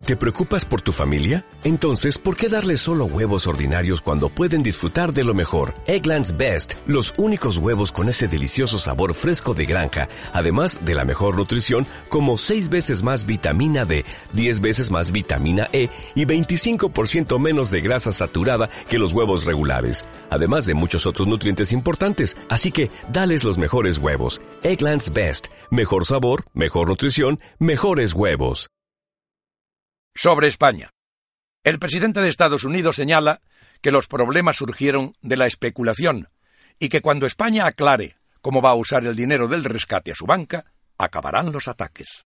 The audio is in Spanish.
¿Te preocupas por tu familia? Entonces, ¿por qué darles solo huevos ordinarios cuando pueden disfrutar de lo mejor? Eggland's Best, los únicos huevos con ese delicioso sabor fresco de granja, además de la mejor nutrición, como 6 veces más vitamina D, 10 veces más vitamina E y 25% menos de grasa saturada que los huevos regulares, además de muchos otros nutrientes importantes. Así que, dales los mejores huevos. Eggland's Best, mejor sabor, mejor nutrición, mejores huevos. Sobre España. El presidente de Estados Unidos señala que los problemas surgieron de la especulación y que cuando España aclare cómo va a usar el dinero del rescate a su banca, acabarán los ataques.